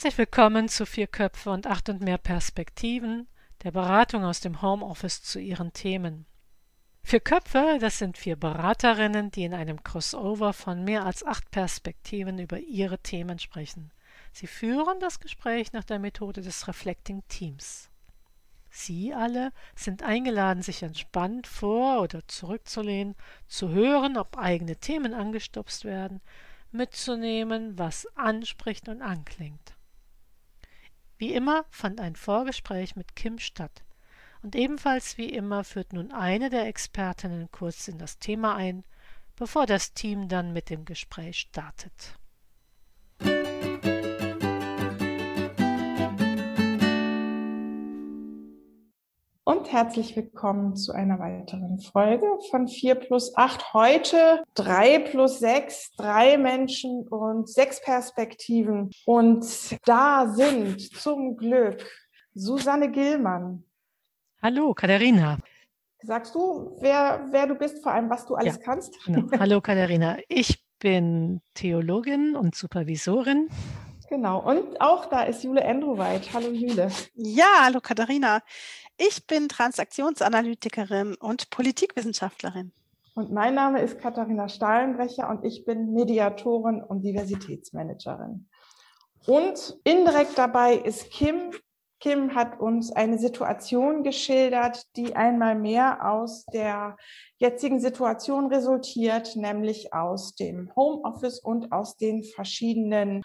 Herzlich willkommen zu Vier Köpfe und acht und mehr Perspektiven, der Beratung aus dem Homeoffice zu Ihren Themen. Vier Köpfe, das sind vier Beraterinnen, die in einem Crossover von mehr als 8 Perspektiven über ihre Themen sprechen. Sie führen das Gespräch nach der Methode des Reflecting Teams. Sie alle sind eingeladen, sich entspannt vor- oder zurückzulehnen, zu hören, ob eigene Themen angestupst werden, mitzunehmen, was anspricht und anklingt. Wie immer fand ein Vorgespräch mit Kim statt. Und ebenfalls wie immer führt nun eine der Expertinnen kurz in das Thema ein, bevor das Team dann mit dem Gespräch startet. Und herzlich willkommen zu einer weiteren Folge von 4+8. Heute 3+6, 3 Menschen und 6 Perspektiven. Und da sind zum Glück Susanne Gillmann. Hallo, Katharina. Sagst du, wer du bist, vor allem was du alles kannst? Genau. Hallo, Katharina. Ich bin Theologin und Supervisorin. Genau. Und auch da ist Jule Endroweit. Hallo, Jule. Ja, hallo, Katharina. Ich bin Transaktionsanalytikerin und Politikwissenschaftlerin. Und mein Name ist Katharina Stahlenbrecher und ich bin Mediatorin und Diversitätsmanagerin. Und indirekt dabei ist Kim. Kim hat uns eine Situation geschildert, die einmal mehr aus der jetzigen Situation resultiert, nämlich aus dem Homeoffice und aus den verschiedenen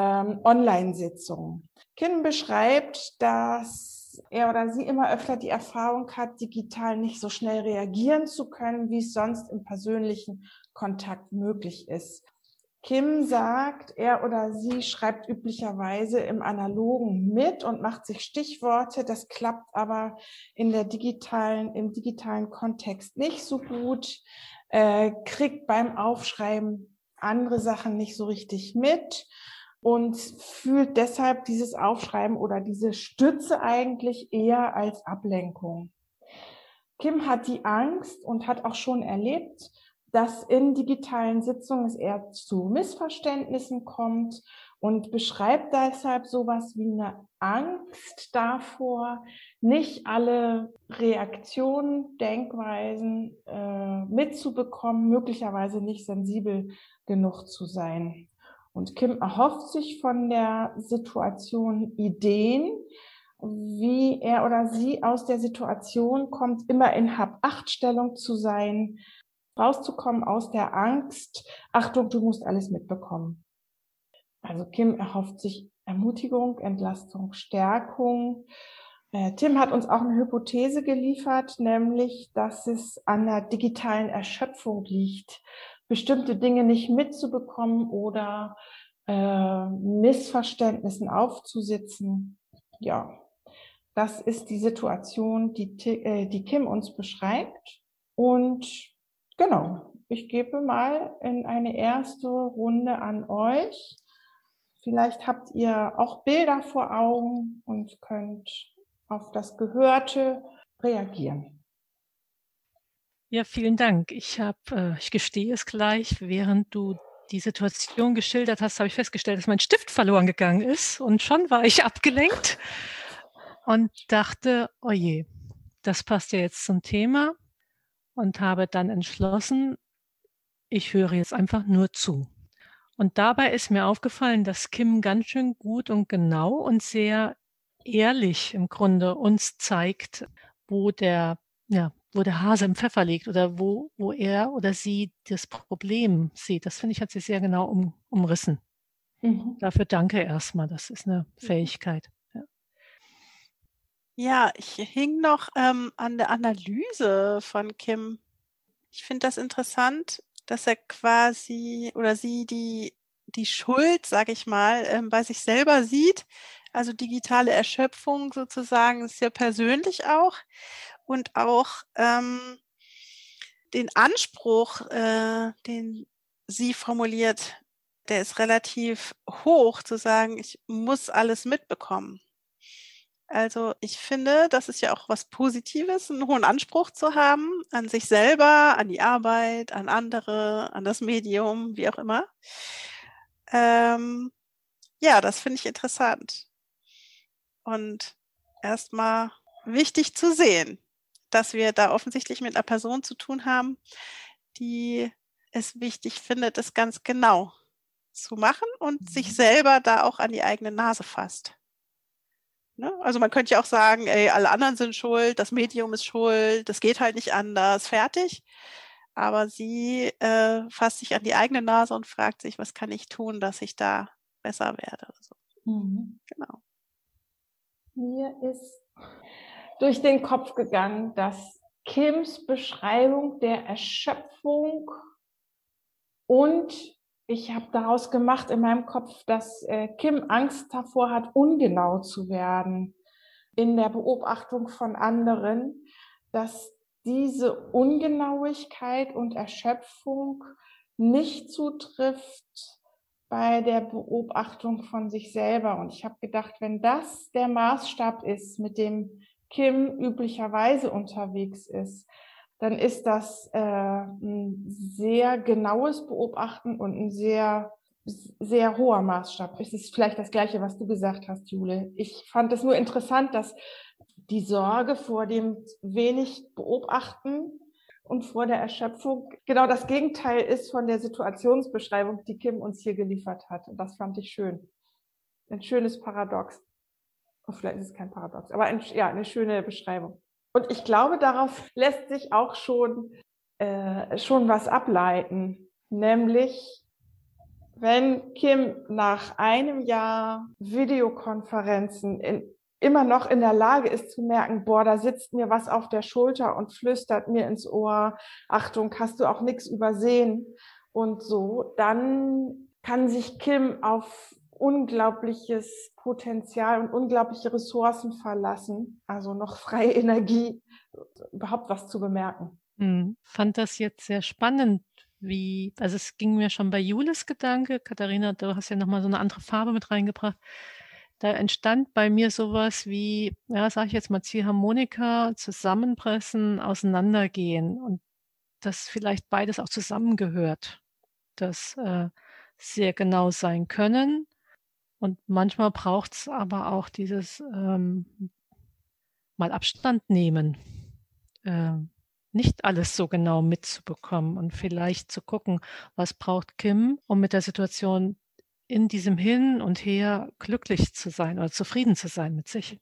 Online-Sitzungen. Kim beschreibt, dass er oder sie immer öfter die Erfahrung hat, digital nicht so schnell reagieren zu können, wie es sonst im persönlichen Kontakt möglich ist. Kim sagt, er oder sie schreibt üblicherweise im Analogen mit und macht sich Stichworte. Das klappt aber im digitalen Kontext nicht so gut, kriegt beim Aufschreiben andere Sachen nicht so richtig mit und fühlt deshalb dieses Aufschreiben oder diese Stütze eigentlich eher als Ablenkung. Kim hat die Angst und hat auch schon erlebt, dass in digitalen Sitzungen es eher zu Missverständnissen kommt und beschreibt deshalb sowas wie eine Angst davor, nicht alle Reaktionen, Denkweisen mitzubekommen, möglicherweise nicht sensibel genug zu sein. Und Kim erhofft sich von der Situation Ideen, wie er oder sie aus der Situation kommt, immer in Hab-Acht-Stellung zu sein, rauszukommen aus der Angst, Achtung, du musst alles mitbekommen. Also Kim erhofft sich Ermutigung, Entlastung, Stärkung. Tim hat uns auch eine Hypothese geliefert, nämlich, dass es an der digitalen Erschöpfung liegt, bestimmte Dinge nicht mitzubekommen oder Missverständnissen aufzusitzen. Ja, das ist die Situation, die Kim uns beschreibt. Und genau, ich gebe mal in eine erste Runde an euch. Vielleicht habt ihr auch Bilder vor Augen und könnt auf das Gehörte reagieren. Ja, vielen Dank. Ich gestehe es gleich, während du die Situation geschildert hast, habe ich festgestellt, dass mein Stift verloren gegangen ist und schon war ich abgelenkt und dachte, oh je, das passt ja jetzt zum Thema und habe dann entschlossen, ich höre jetzt einfach nur zu. Und dabei ist mir aufgefallen, dass Kim ganz schön gut und genau und sehr ehrlich im Grunde uns zeigt, wo der Hase im Pfeffer liegt oder wo er oder sie das Problem sieht. Das finde ich, hat sie sehr genau umrissen. Dafür danke erstmal. Das ist eine Fähigkeit. Ja, ich hing noch an der Analyse von Kim. Ich finde das interessant, dass er quasi oder sie die Schuld, sage ich mal, bei sich selber sieht. Also digitale Erschöpfung sozusagen ist ja persönlich auch und auch den Anspruch, den sie formuliert, der ist relativ hoch, zu sagen, ich muss alles mitbekommen. Also ich finde, das ist ja auch was Positives, einen hohen Anspruch zu haben an sich selber, an die Arbeit, an andere, an das Medium, wie auch immer. Ja, das finde ich interessant. Und erstmal wichtig zu sehen, dass wir da offensichtlich mit einer Person zu tun haben, die es wichtig findet, es ganz genau zu machen und sich selber da auch an die eigene Nase fasst. Ne? Also man könnte ja auch sagen, ey, alle anderen sind schuld, das Medium ist schuld, das geht halt nicht anders, fertig. Aber sie fasst sich an die eigene Nase und fragt sich, was kann ich tun, dass ich da besser werde. Also, genau. Mir ist durch den Kopf gegangen, dass Kims Beschreibung der Erschöpfung und ich habe daraus gemacht in meinem Kopf, dass Kim Angst davor hat, ungenau zu werden in der Beobachtung von anderen, dass diese Ungenauigkeit und Erschöpfung nicht zutrifft bei der Beobachtung von sich selber. Und ich habe gedacht, wenn das der Maßstab ist, mit dem Kim üblicherweise unterwegs ist, dann ist das ein sehr genaues Beobachten und ein sehr, sehr hoher Maßstab. Es ist vielleicht das Gleiche, was du gesagt hast, Jule. Ich fand es nur interessant, dass die Sorge vor dem wenig Beobachten und vor der Erschöpfung genau das Gegenteil ist von der Situationsbeschreibung, die Kim uns hier geliefert hat. Und das fand ich schön. Ein schönes Paradox. Oh, vielleicht ist es kein Paradox, aber eine schöne Beschreibung. Und ich glaube, darauf lässt sich auch schon was ableiten. Nämlich, wenn Kim nach einem Jahr Videokonferenzen immer noch in der Lage ist zu merken, boah, da sitzt mir was auf der Schulter und flüstert mir ins Ohr, Achtung, hast du auch nichts übersehen und so, dann kann sich Kim auf unglaubliches Potenzial und unglaubliche Ressourcen verlassen, also noch freie Energie, überhaupt was zu bemerken. Fand das jetzt sehr spannend, also es ging mir schon bei Jules Gedanke, Katharina, du hast ja nochmal so eine andere Farbe mit reingebracht. Da entstand bei mir sowas wie, ja, sage ich jetzt mal, Ziehharmonika, zusammenpressen, auseinandergehen und dass vielleicht beides auch zusammengehört, das sehr genau sein können. Und manchmal braucht es aber auch dieses mal Abstand nehmen, nicht alles so genau mitzubekommen und vielleicht zu gucken, was braucht Kim, um mit der Situation in diesem Hin und Her glücklich zu sein oder zufrieden zu sein mit sich.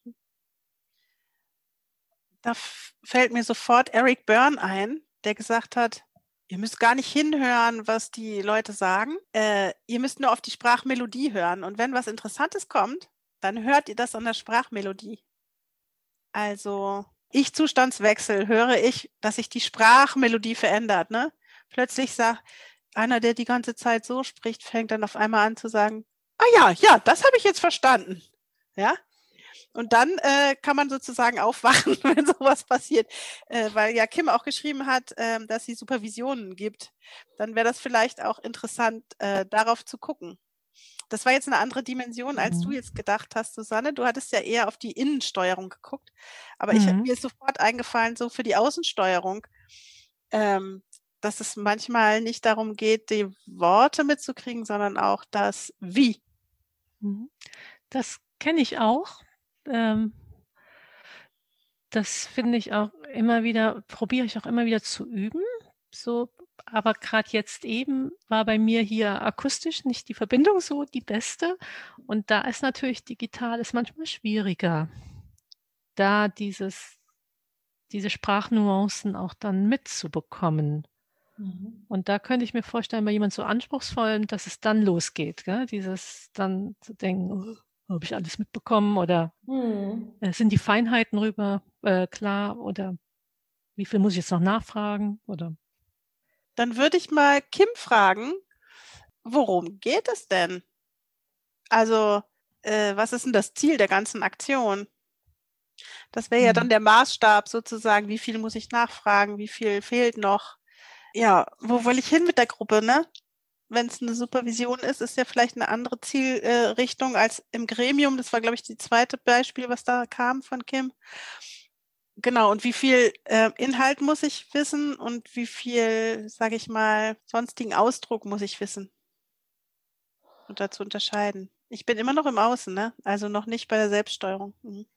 Da fällt mir sofort Eric Byrne ein, der gesagt hat, ihr müsst gar nicht hinhören, was die Leute sagen. Ihr müsst nur auf die Sprachmelodie hören. Und wenn was Interessantes kommt, dann hört ihr das an der Sprachmelodie. Also Ich-Zustandswechsel höre ich, dass sich die Sprachmelodie verändert. Ne? Plötzlich sagt einer, der die ganze Zeit so spricht, fängt dann auf einmal an zu sagen, ah ja, das habe ich jetzt verstanden. Ja. Und dann kann man sozusagen aufwachen, wenn sowas passiert, weil ja Kim auch geschrieben hat, dass sie Supervisionen gibt. Dann wäre das vielleicht auch interessant, darauf zu gucken. Das war jetzt eine andere Dimension, als du jetzt gedacht hast, Susanne. Du hattest ja eher auf die Innensteuerung geguckt. Aber mir ist sofort eingefallen, so für die Außensteuerung, dass es manchmal nicht darum geht, die Worte mitzukriegen, sondern auch das Wie. Das kenne ich auch. Das finde ich auch immer wieder, probiere ich auch immer wieder zu üben. So, aber gerade jetzt eben war bei mir hier akustisch nicht die Verbindung so die beste. Und da ist natürlich digital ist manchmal schwieriger, da diese Sprachnuancen auch dann mitzubekommen. Und da könnte ich mir vorstellen, bei jemand so anspruchsvoll, dass es dann losgeht, gell? Dieses dann zu denken, habe ich alles mitbekommen oder sind die Feinheiten rüber klar oder wie viel muss ich jetzt noch nachfragen oder? Dann würde ich mal Kim fragen, worum geht es denn? Also, was ist denn das Ziel der ganzen Aktion? Das wäre ja dann der Maßstab sozusagen, wie viel muss ich nachfragen, wie viel fehlt noch? Ja, wo will ich hin mit der Gruppe, ne? Wenn es eine Supervision ist, ist ja vielleicht eine andere Zielrichtung als im Gremium. Das war, glaube ich, das zweite Beispiel, was da kam von Kim. Genau, und wie viel Inhalt muss ich wissen und wie viel, sage ich mal, sonstigen Ausdruck muss ich wissen? Und dazu unterscheiden. Ich bin immer noch im Außen, ne? Also noch nicht bei der Selbststeuerung.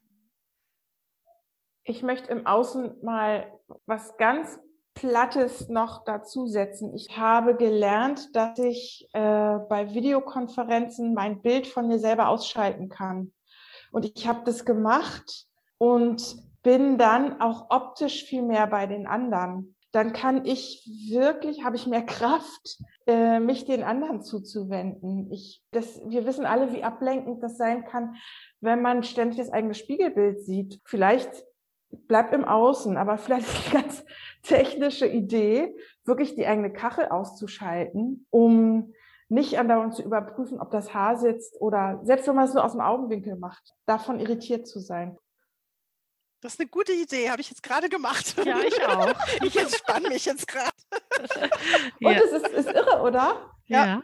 Ich möchte im Außen mal was ganz Plattes noch dazusetzen. Ich habe gelernt, dass ich bei Videokonferenzen mein Bild von mir selber ausschalten kann. Und ich habe das gemacht und bin dann auch optisch viel mehr bei den anderen. Dann kann ich wirklich, habe ich mehr Kraft, mich den anderen zuzuwenden. Wir wissen alle, wie ablenkend das sein kann, wenn man ständig das eigene Spiegelbild sieht. Vielleicht bleibt im Außen, aber vielleicht ist eine ganz technische Idee, wirklich die eigene Kachel auszuschalten, um nicht andauernd zu überprüfen, ob das Haar sitzt oder selbst wenn man es nur aus dem Augenwinkel macht, davon irritiert zu sein. Das ist eine gute Idee, habe ich jetzt gerade gemacht. Ja, ich auch. Ich entspanne mich jetzt gerade. Und es ist irre, oder? Ja.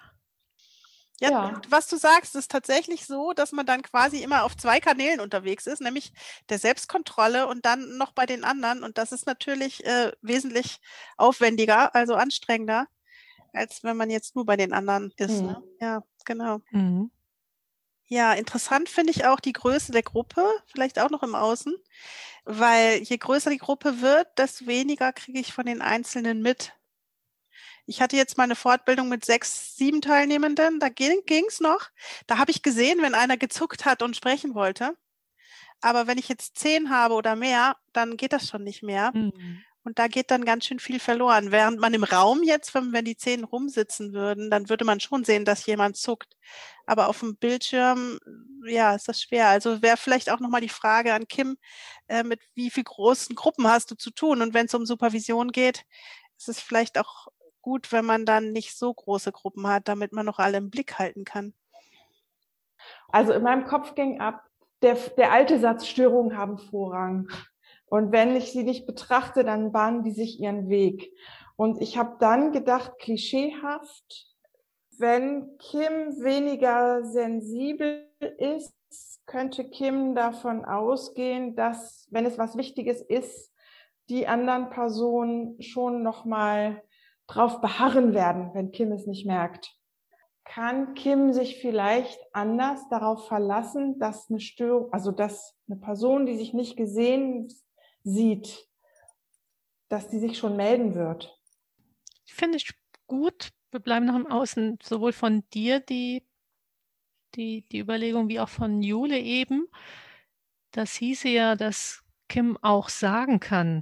Ja, was du sagst, ist tatsächlich so, dass man dann quasi immer auf 2 Kanälen unterwegs ist, nämlich der Selbstkontrolle und dann noch bei den anderen. Und das ist natürlich wesentlich aufwendiger, also anstrengender, als wenn man jetzt nur bei den anderen ist. Ne? Ja, genau. Mhm. Ja, interessant finde ich auch die Größe der Gruppe, vielleicht auch noch im Außen, weil je größer die Gruppe wird, desto weniger kriege ich von den Einzelnen mit. Ich hatte jetzt mal eine Fortbildung mit 6, 7 Teilnehmenden, da ging's noch. Da habe ich gesehen, wenn einer gezuckt hat und sprechen wollte. Aber wenn ich jetzt 10 habe oder mehr, dann geht das schon nicht mehr. Mhm. Und da geht dann ganz schön viel verloren. Während man im Raum jetzt, wenn die 10 rumsitzen würden, dann würde man schon sehen, dass jemand zuckt. Aber auf dem Bildschirm, ja, ist das schwer. Also wäre vielleicht auch nochmal die Frage an Kim, mit wie viel großen Gruppen hast du zu tun? Und wenn es um Supervision geht, ist es vielleicht auch gut, wenn man dann nicht so große Gruppen hat, damit man noch alle im Blick halten kann. Also in meinem Kopf ging ab, der alte Satz, Störungen haben Vorrang. Und wenn ich sie nicht betrachte, dann bahnen die sich ihren Weg. Und ich habe dann gedacht, klischeehaft, wenn Kim weniger sensibel ist, könnte Kim davon ausgehen, dass, wenn es was Wichtiges ist, die anderen Personen schon nochmal drauf beharren werden, wenn Kim es nicht merkt. Kann Kim sich vielleicht anders darauf verlassen, dass eine Störung, also dass eine Person, die sich nicht gesehen sieht, dass die sich schon melden wird? Ich finde es gut, wir bleiben noch im Außen, sowohl von dir die Überlegung wie auch von Jule eben. Das hieße ja, dass Kim auch sagen kann,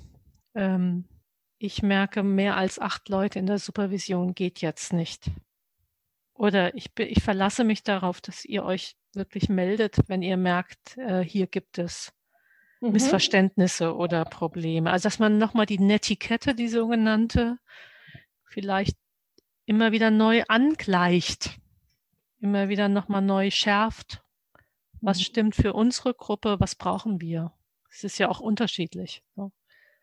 ich merke, mehr als 8 Leute in der Supervision geht jetzt nicht. Oder ich verlasse mich darauf, dass ihr euch wirklich meldet, wenn ihr merkt, hier gibt es Missverständnisse oder Probleme. Also dass man nochmal die Netiquette, die sogenannte, vielleicht immer wieder neu angleicht, immer wieder nochmal neu schärft. Was stimmt für unsere Gruppe, was brauchen wir? Es ist ja auch unterschiedlich. So.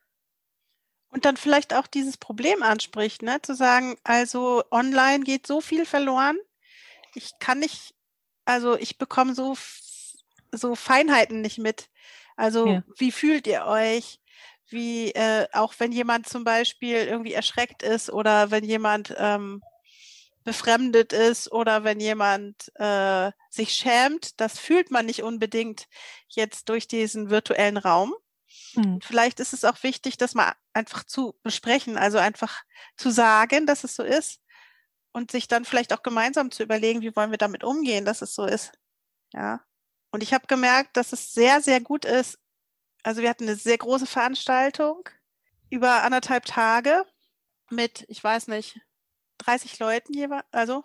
Und dann vielleicht auch dieses Problem anspricht, ne? Zu sagen, also online geht so viel verloren. Ich kann nicht, also ich bekomme so Feinheiten nicht mit. Also wie fühlt ihr euch? Wie, auch wenn jemand zum Beispiel irgendwie erschreckt ist oder wenn jemand befremdet ist oder wenn jemand sich schämt, das fühlt man nicht unbedingt jetzt durch diesen virtuellen Raum. Und vielleicht ist es auch wichtig, das mal einfach zu besprechen, also einfach zu sagen, dass es so ist und sich dann vielleicht auch gemeinsam zu überlegen, wie wollen wir damit umgehen, dass es so ist. Ja. Und ich habe gemerkt, dass es sehr, sehr gut ist. Also wir hatten eine sehr große Veranstaltung über 1,5 Tage mit, ich weiß nicht, 30 Leuten jeweils, also.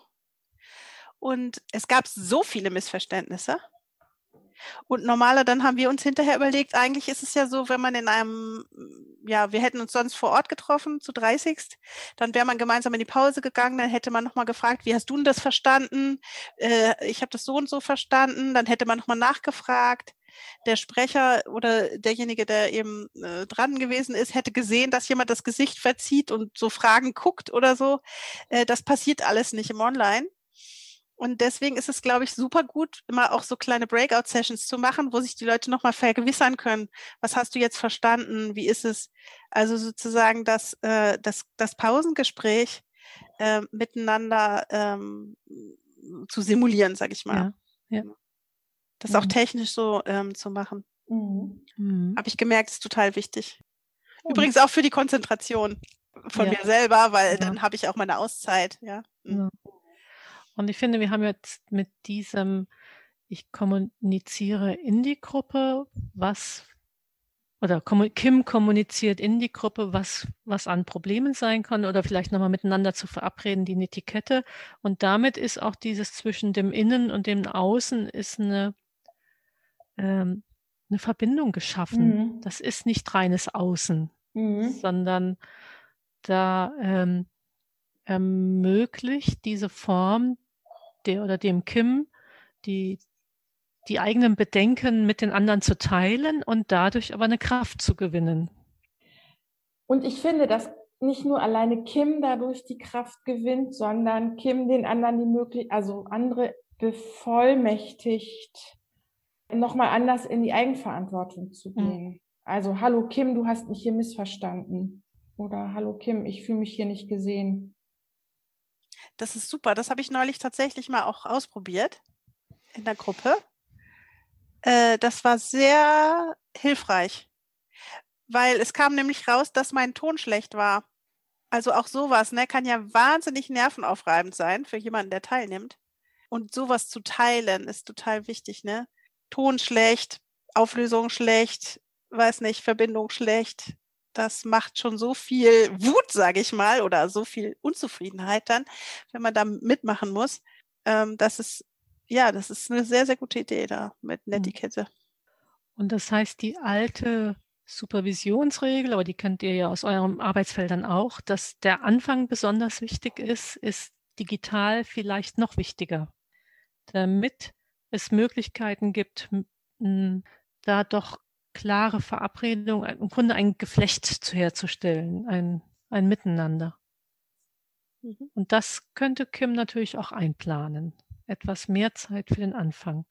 Und es gab so viele Missverständnisse. Und normaler, dann haben wir uns hinterher überlegt, eigentlich ist es ja so, wenn man in einem, ja, wir hätten uns sonst vor Ort getroffen, zu 30. Dann wäre man gemeinsam in die Pause gegangen, dann hätte man nochmal gefragt, wie hast du denn das verstanden? Ich habe das so und so verstanden. Dann hätte man nochmal nachgefragt. Der Sprecher oder derjenige, der eben dran gewesen ist, hätte gesehen, dass jemand das Gesicht verzieht und so Fragen guckt oder so. Das passiert alles nicht im Online. Und deswegen ist es, glaube ich, super gut, immer auch so kleine Breakout-Sessions zu machen, wo sich die Leute nochmal vergewissern können. Was hast du jetzt verstanden? Wie ist es? Also sozusagen das Pausengespräch miteinander zu simulieren, sage ich mal. Ja. Das auch technisch so zu machen. Habe ich gemerkt, ist total wichtig. Übrigens auch für die Konzentration von mir selber, weil dann habe ich auch meine Auszeit. Ja. Ja. Und ich finde, wir haben jetzt mit diesem, ich kommuniziere in die Gruppe, Kim kommuniziert in die Gruppe, was an Problemen sein kann oder vielleicht nochmal miteinander zu verabreden, die Netiquette. Und damit ist auch dieses zwischen dem Innen und dem Außen ist eine Verbindung geschaffen. Das ist nicht reines Außen, sondern da ermöglicht diese Form dem Kim die eigenen Bedenken mit den anderen zu teilen und dadurch aber eine Kraft zu gewinnen. Und ich finde, dass nicht nur alleine Kim dadurch die Kraft gewinnt, sondern Kim den anderen andere bevollmächtigt, nochmal anders in die Eigenverantwortung zu gehen. Also, hallo Kim, du hast mich hier missverstanden. Oder hallo Kim, ich fühle mich hier nicht gesehen. Das ist super. Das habe ich neulich tatsächlich mal auch ausprobiert in der Gruppe. Das war sehr hilfreich, weil es kam nämlich raus, dass mein Ton schlecht war. Also auch sowas, ne, kann ja wahnsinnig nervenaufreibend sein für jemanden, der teilnimmt. Und sowas zu teilen ist total wichtig, ne? Ton schlecht, Auflösung schlecht, weiß nicht, Verbindung schlecht. Das macht schon so viel Wut, sage ich mal, oder so viel Unzufriedenheit dann, wenn man da mitmachen muss. Das ist eine sehr, sehr gute Idee da mit Netiquette. Und das heißt, die alte Supervisionsregel, aber die kennt ihr ja aus euren Arbeitsfeldern auch, dass der Anfang besonders wichtig ist digital vielleicht noch wichtiger, damit es Möglichkeiten gibt, da doch klare Verabredungen, im Grunde ein Geflecht herzustellen, ein Miteinander. Und das könnte Kim natürlich auch einplanen. Etwas mehr Zeit für den Anfang.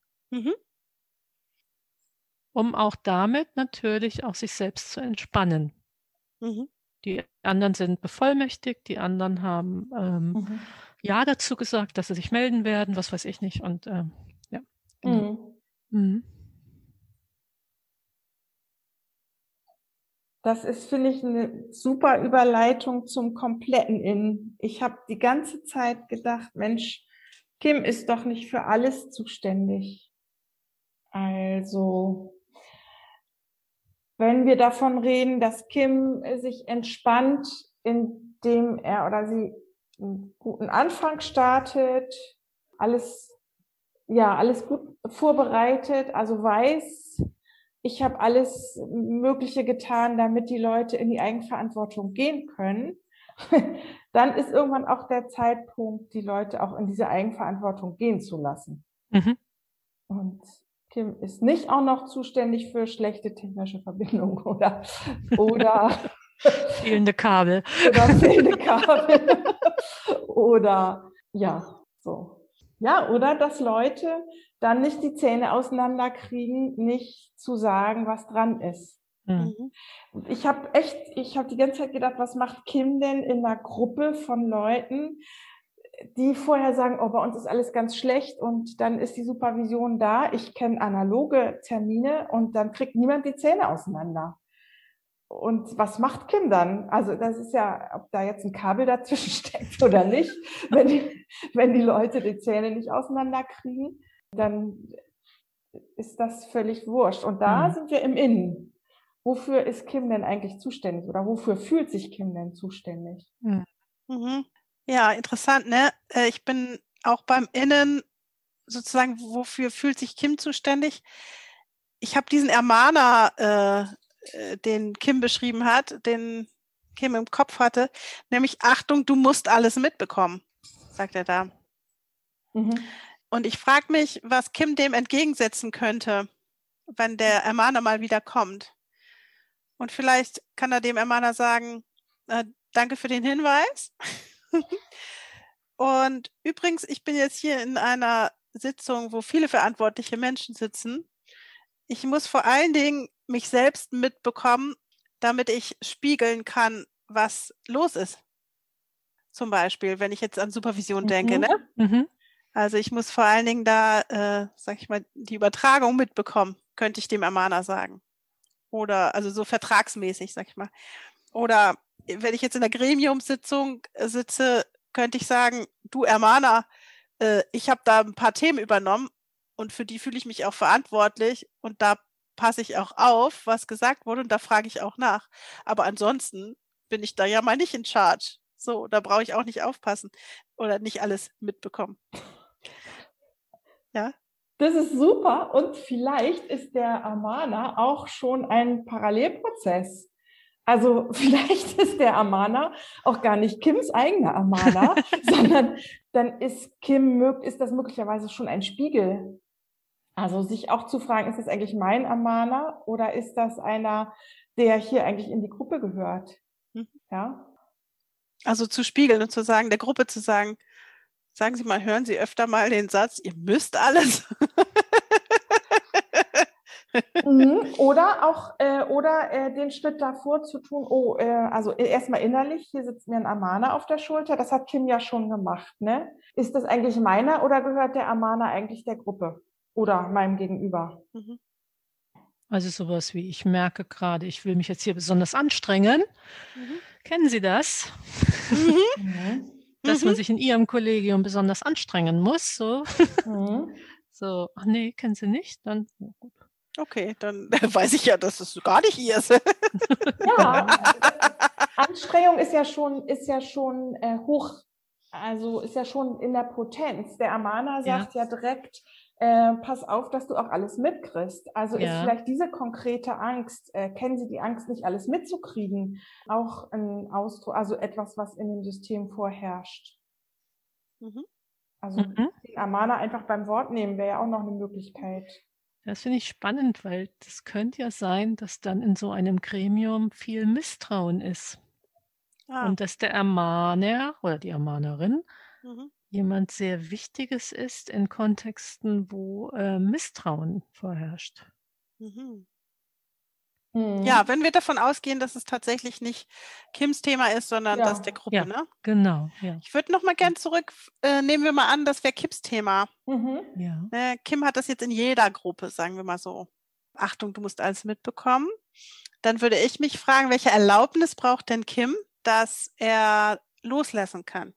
Um auch damit natürlich auch sich selbst zu entspannen. Die anderen sind bevollmächtigt, die anderen haben Ja dazu gesagt, dass sie sich melden werden, was weiß ich nicht. Und ja. Genau. Das ist, finde ich, eine super Überleitung zum kompletten Innen. Ich habe die ganze Zeit gedacht, Mensch, Kim ist doch nicht für alles zuständig. Also, wenn wir davon reden, dass Kim sich entspannt, indem er oder sie einen guten Anfang startet, alles gut vorbereitet, also weiß, ich habe alles Mögliche getan, damit die Leute in die Eigenverantwortung gehen können, dann ist irgendwann auch der Zeitpunkt, die Leute auch in diese Eigenverantwortung gehen zu lassen. Und Kim ist nicht auch noch zuständig für schlechte technische Verbindungen oder fehlende Kabel. Oder fehlende Kabel. Oder so. Ja, oder dass Leute dann nicht die Zähne auseinanderkriegen, nicht zu sagen, was dran ist. Ich habe die ganze Zeit gedacht, was macht Kim denn in einer Gruppe von Leuten, die vorher sagen, oh, bei uns ist alles ganz schlecht und dann ist die Supervision da. Ich kenne analoge Termine und dann kriegt niemand die Zähne auseinander. Und was macht Kim dann? Also das ist ja, ob da jetzt ein Kabel dazwischen steckt oder nicht. Wenn die Leute die Zähne nicht auseinanderkriegen, dann ist das völlig wurscht. Und da sind wir im Innen. Wofür ist Kim denn eigentlich zuständig? Oder wofür fühlt sich Kim denn zuständig? Ja, interessant, ne? Ich bin auch beim Innen sozusagen, wofür fühlt sich Kim zuständig? Ich habe diesen Ermahner, den Kim beschrieben hat, den Kim im Kopf hatte, nämlich Achtung, du musst alles mitbekommen, sagt er da. Und ich frage mich, was Kim dem entgegensetzen könnte, wenn der Ermahner mal wieder kommt. Und vielleicht kann er dem Ermahner sagen, danke für den Hinweis. Und übrigens, ich bin jetzt hier in einer Sitzung, wo viele verantwortliche Menschen sitzen. Ich muss vor allen Dingen mich selbst mitbekommen, damit ich spiegeln kann, was los ist. Zum Beispiel, wenn ich jetzt an Supervision denke. Ne? Also ich muss vor allen Dingen da, sag ich mal, die Übertragung mitbekommen, könnte ich dem Amana sagen. Oder also so vertragsmäßig, sag ich mal. Oder wenn ich jetzt in der Gremiumssitzung sitze, könnte ich sagen, du Amana, ich habe da ein paar Themen übernommen und für die fühle ich mich auch verantwortlich und da passe ich auch auf, was gesagt wurde und da frage ich auch nach. Aber ansonsten bin ich da ja mal nicht in charge. So, da brauche ich auch nicht aufpassen oder nicht alles mitbekommen. Ja. Das ist super und vielleicht ist der Amana auch schon ein Parallelprozess. Also vielleicht ist der Amana auch gar nicht Kims eigener Amana, sondern dann ist das möglicherweise schon ein Spiegel. Also sich auch zu fragen, ist das eigentlich mein Amana oder ist das einer, der hier eigentlich in die Gruppe gehört? Ja. Also zu spiegeln und zu sagen, der Gruppe zu sagen, sagen Sie mal, hören Sie öfter mal den Satz, ihr müsst alles. Oder auch den Schritt davor zu tun, also erstmal innerlich, hier sitzt mir ein Amana auf der Schulter, das hat Kim ja schon gemacht, ne? Ist das eigentlich meiner oder gehört der Amana eigentlich der Gruppe oder meinem Gegenüber? Also sowas wie, ich merke gerade, ich will mich jetzt hier besonders anstrengen. Kennen Sie das? Dass man sich in Ihrem Kollegium besonders anstrengen muss. So, so, ach nee, kennen Sie nicht? Dann gut. Okay, dann weiß ich ja, dass es gar nicht ihr ist. Ja, Anstrengung ist ja schon hoch, also ist ja schon in der Potenz. Der Amana sagt ja direkt, pass auf, dass du auch alles mitkriegst. Also ist vielleicht diese konkrete Angst, kennen Sie die Angst, nicht alles mitzukriegen, auch ein Ausdruck, also etwas, was in dem System vorherrscht. Also den Amana einfach beim Wort nehmen, wäre ja auch noch eine Möglichkeit. Das finde ich spannend, weil das könnte ja sein, dass dann in so einem Gremium viel Misstrauen ist. Und dass der Ermahner oder die Ermahnerin jemand sehr Wichtiges ist in Kontexten, wo Misstrauen vorherrscht. Ja, wenn wir davon ausgehen, dass es tatsächlich nicht Kims Thema ist, sondern das der Gruppe, ne? Genau, ja. Ich würde noch mal gern zurück, nehmen wir mal an, das wäre Kims Thema. Ja. Kim hat das jetzt in jeder Gruppe, sagen wir mal so. Achtung, du musst alles mitbekommen. Dann würde ich mich fragen, welche Erlaubnis braucht denn Kim, dass er loslassen kann?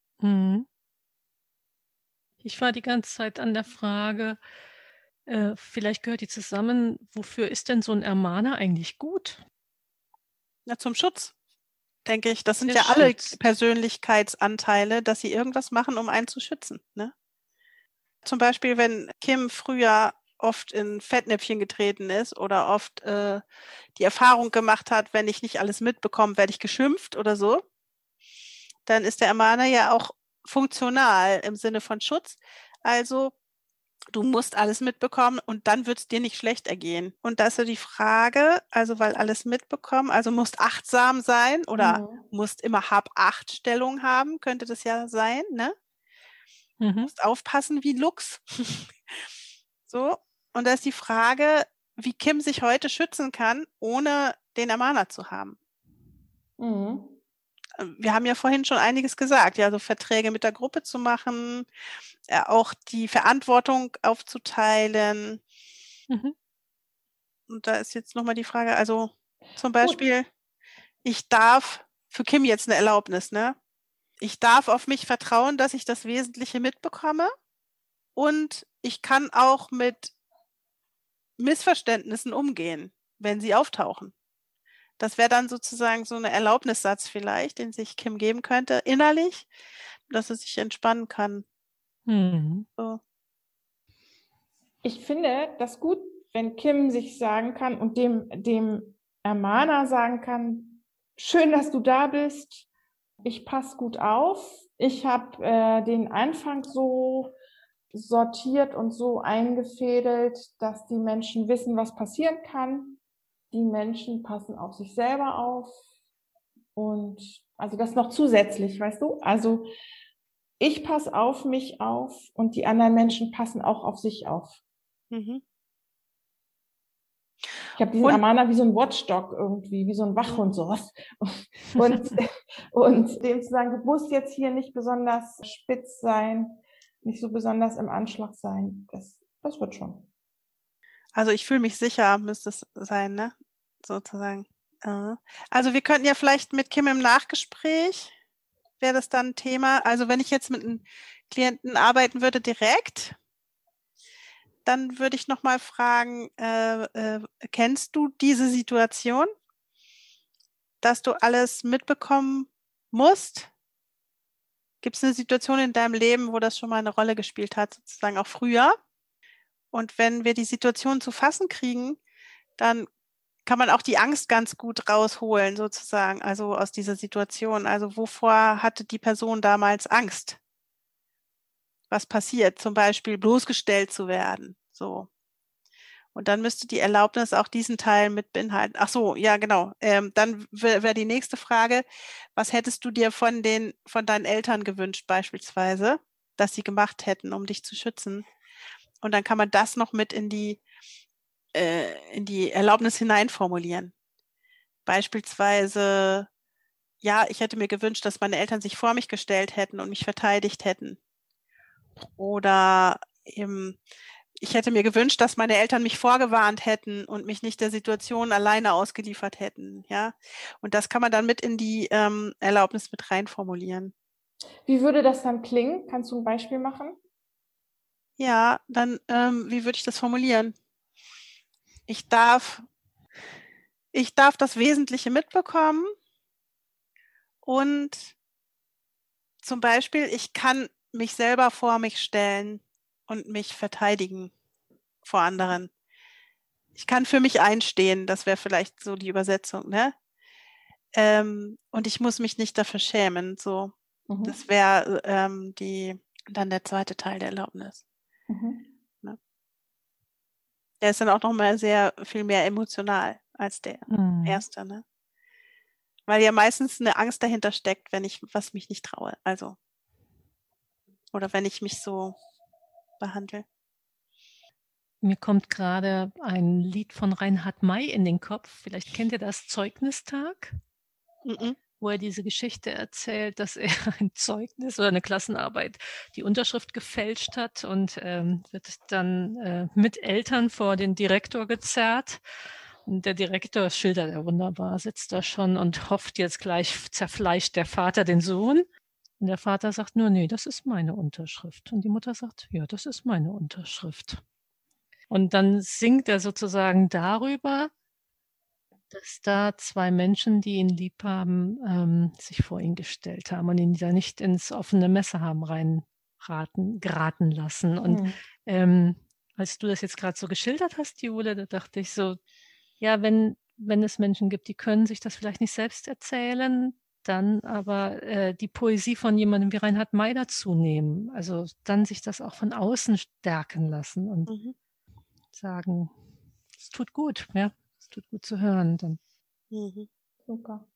Ich war die ganze Zeit an der Frage, vielleicht gehört die zusammen, wofür ist denn so ein Ermahner eigentlich gut? Ja, zum Schutz, denke ich. Das sind ja alle Persönlichkeitsanteile, dass sie irgendwas machen, um einen zu schützen. Ne? Zum Beispiel, wenn Kim früher oft in Fettnäpfchen getreten ist oder oft die Erfahrung gemacht hat, wenn ich nicht alles mitbekomme, werde ich geschimpft oder so, dann ist der Ermahner ja auch funktional im Sinne von Schutz. Also du musst alles mitbekommen und dann wird es dir nicht schlecht ergehen. Und da ist so die Frage, also weil alles mitbekommen, also musst achtsam sein oder musst immer Hab-Acht-Stellung haben, könnte das ja sein, ne? Musst aufpassen wie Luchs. So, und da ist die Frage, wie Kim sich heute schützen kann, ohne den Ermahner zu haben. Wir haben ja vorhin schon einiges gesagt, ja, so Verträge mit der Gruppe zu machen, auch die Verantwortung aufzuteilen. Und da ist jetzt nochmal die Frage, also zum Beispiel, ich darf, für Kim jetzt eine Erlaubnis, ne? Ich darf auf mich vertrauen, dass ich das Wesentliche mitbekomme und ich kann auch mit Missverständnissen umgehen, wenn sie auftauchen. Das wäre dann sozusagen so ein Erlaubnissatz vielleicht, den sich Kim geben könnte, innerlich, dass es sich entspannen kann. So. Ich finde das gut, wenn Kim sich sagen kann und dem Ermahner sagen kann, schön, dass du da bist, ich passe gut auf, ich habe den Anfang so sortiert und so eingefädelt, dass die Menschen wissen, was passieren kann. Die Menschen passen auf sich selber auf und also das noch zusätzlich, weißt du? Also ich passe auf mich auf und die anderen Menschen passen auch auf sich auf. Ich habe diesen Amana wie so ein Watchdog irgendwie, wie so ein Wachhund sowas. Und dem zu sagen, du musst jetzt hier nicht besonders spitz sein, nicht so besonders im Anschlag sein. Das wird schon. Also ich fühle mich sicher, müsste es sein, ne? Sozusagen. Also wir könnten ja vielleicht mit Kim im Nachgespräch, wäre das dann ein Thema. Also wenn ich jetzt mit einem Klienten arbeiten würde direkt, dann würde ich nochmal fragen, kennst du diese Situation, dass du alles mitbekommen musst? Gibt es eine Situation in deinem Leben, wo das schon mal eine Rolle gespielt hat, sozusagen auch früher? Und wenn wir die Situation zu fassen kriegen, dann kann man auch die Angst ganz gut rausholen, sozusagen, also aus dieser Situation. Also wovor hatte die Person damals Angst? Was passiert? Zum Beispiel bloßgestellt zu werden. So. Und dann müsste die Erlaubnis auch diesen Teil mit beinhalten. Ach so, ja, genau. Dann wäre die nächste Frage, was hättest du dir von deinen Eltern gewünscht beispielsweise, dass sie gemacht hätten, um dich zu schützen? Und dann kann man das noch mit in die Erlaubnis hineinformulieren. Beispielsweise, ja, ich hätte mir gewünscht, dass meine Eltern sich vor mich gestellt hätten und mich verteidigt hätten. Oder eben, ich hätte mir gewünscht, dass meine Eltern mich vorgewarnt hätten und mich nicht der Situation alleine ausgeliefert hätten. Ja, und das kann man dann mit in die Erlaubnis mit rein formulieren. Wie würde das dann klingen? Kannst du ein Beispiel machen? Ja, dann, wie würde ich das formulieren? Ich darf das Wesentliche mitbekommen und zum Beispiel, ich kann mich selber vor mich stellen und mich verteidigen vor anderen. Ich kann für mich einstehen, das wäre vielleicht so die Übersetzung, ne? Und ich muss mich nicht dafür schämen, so. Das wäre dann der zweite Teil der Erlaubnis. Ne? Der ist dann auch nochmal sehr viel mehr emotional als der erste, ne? Weil ja meistens eine Angst dahinter steckt, was mich nicht traue. Also, oder wenn ich mich so behandle. Mir kommt gerade ein Lied von Reinhard May in den Kopf. Vielleicht kennt ihr das, Zeugnistag, wo er diese Geschichte erzählt, dass er ein Zeugnis oder eine Klassenarbeit, die Unterschrift gefälscht hat und wird dann mit Eltern vor den Direktor gezerrt. Und der Direktor, schildert er wunderbar, sitzt da schon und hofft, jetzt gleich zerfleischt der Vater den Sohn. Und der Vater sagt nur, nee, das ist meine Unterschrift. Und die Mutter sagt, ja, das ist meine Unterschrift. Und dann singt er sozusagen darüber, dass da zwei Menschen, die ihn lieb haben, sich vor ihn gestellt haben und ihn da nicht ins offene Messer haben geraten lassen. Und als du das jetzt gerade so geschildert hast, Jule, da dachte ich so, ja, wenn es Menschen gibt, die können sich das vielleicht nicht selbst erzählen, dann aber die Poesie von jemandem wie Reinhard May dazu nehmen. Also dann sich das auch von außen stärken lassen und sagen, es tut gut, ja, es tut gut zu hören. Dann. Super.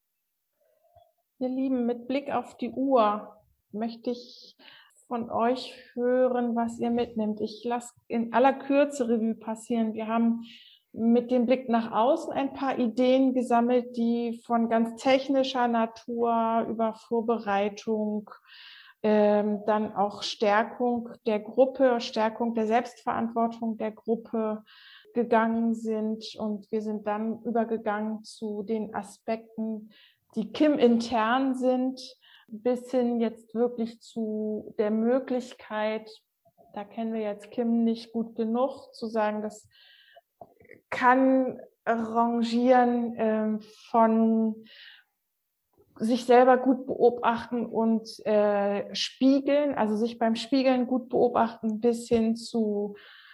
Ihr Lieben, mit Blick auf die Uhr möchte ich von euch hören, was ihr mitnimmt. Ich lasse in aller Kürze Revue passieren. Wir haben mit dem Blick nach außen ein paar Ideen gesammelt, die von ganz technischer Natur über Vorbereitung, dann auch Stärkung der Gruppe, Stärkung der Selbstverantwortung der Gruppe gegangen sind. Und wir sind dann übergegangen zu den Aspekten, die Kim intern sind, bis hin jetzt wirklich zu der Möglichkeit, da kennen wir jetzt Kim nicht gut genug, zu sagen, das kann rangieren von sich selber gut beobachten und spiegeln, also sich beim Spiegeln gut beobachten, bis hin zu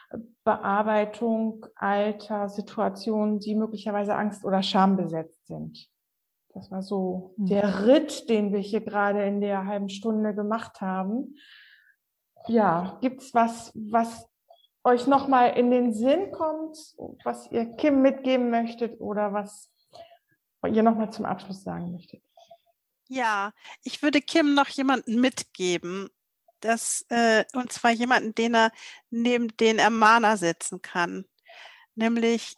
Bearbeitung alter Situationen, die möglicherweise Angst- oder Scham besetzt sind. Das war so der Ritt, den wir hier gerade in der halben Stunde gemacht haben. Ja, gibt's was euch nochmal in den Sinn kommt, was ihr Kim mitgeben möchtet oder was ihr nochmal zum Abschluss sagen möchtet? Ja, ich würde Kim noch jemanden mitgeben, und zwar jemanden, den er neben den Ermahner setzen kann, nämlich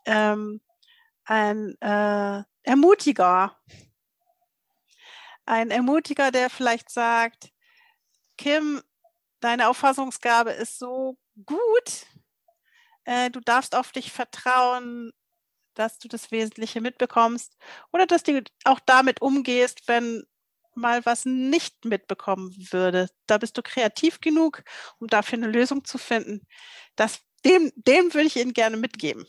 ein Ermutiger. Ein Ermutiger, der vielleicht sagt, Kim, deine Auffassungsgabe ist so gut, du darfst auf dich vertrauen, dass du das Wesentliche mitbekommst oder dass du auch damit umgehst, wenn mal was nicht mitbekommen würde. Da bist du kreativ genug, um dafür eine Lösung zu finden. Dem würde ich Ihnen gerne mitgeben.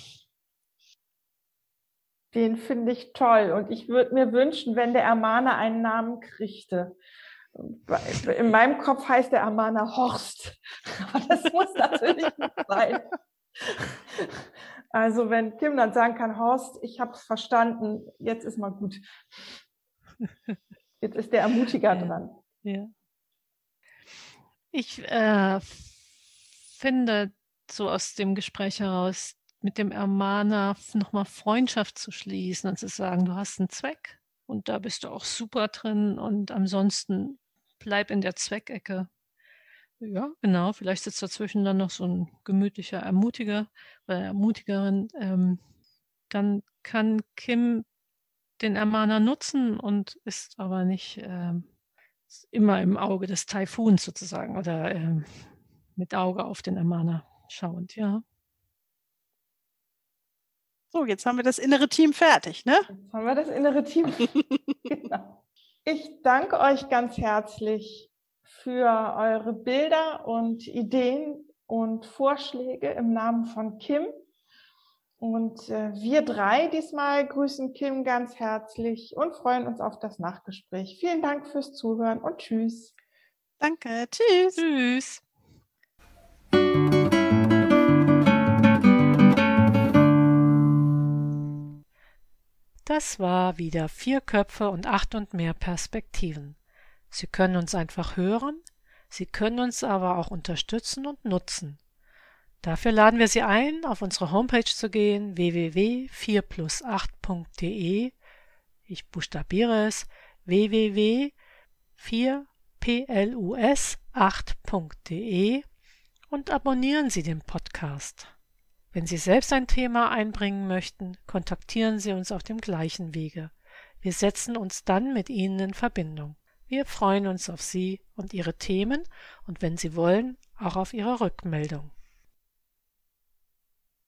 Den finde ich toll und ich würde mir wünschen, wenn der Ermahner einen Namen kriegte. In meinem Kopf heißt der Ermahner Horst, aber das muss natürlich nicht sein. Also wenn Kim dann sagen kann, Horst, ich habe es verstanden, jetzt ist mal gut. Jetzt ist der Ermutiger dran. Ja. Ich finde so aus dem Gespräch heraus, mit dem Ermahner nochmal Freundschaft zu schließen und zu sagen, du hast einen Zweck und da bist du auch super drin und ansonsten bleib in der Zweckecke. Ja, genau, vielleicht sitzt dazwischen dann noch so ein gemütlicher Ermutiger oder Ermutigerin. Dann kann Kim den Ermahner nutzen und ist aber nicht immer im Auge des Taifuns sozusagen oder mit Auge auf den Ermahner schauend, ja. So, jetzt haben wir das innere Team fertig, ne? Jetzt haben wir das innere Team. Genau. Ich danke euch ganz herzlich für eure Bilder und Ideen und Vorschläge im Namen von Kim. Und wir drei diesmal grüßen Kim ganz herzlich und freuen uns auf das Nachgespräch. Vielen Dank fürs Zuhören und tschüss. Danke, tschüss. Tschüss. Das war wieder 4 Köpfe und 8 und mehr Perspektiven. Sie können uns einfach hören, Sie können uns aber auch unterstützen und nutzen. Dafür laden wir Sie ein, auf unsere Homepage zu gehen, www.4plus8.de. Ich buchstabiere es, www.4plus8.de und abonnieren Sie den Podcast. Wenn Sie selbst ein Thema einbringen möchten, kontaktieren Sie uns auf dem gleichen Wege. Wir setzen uns dann mit Ihnen in Verbindung. Wir freuen uns auf Sie und Ihre Themen und wenn Sie wollen, auch auf Ihre Rückmeldung.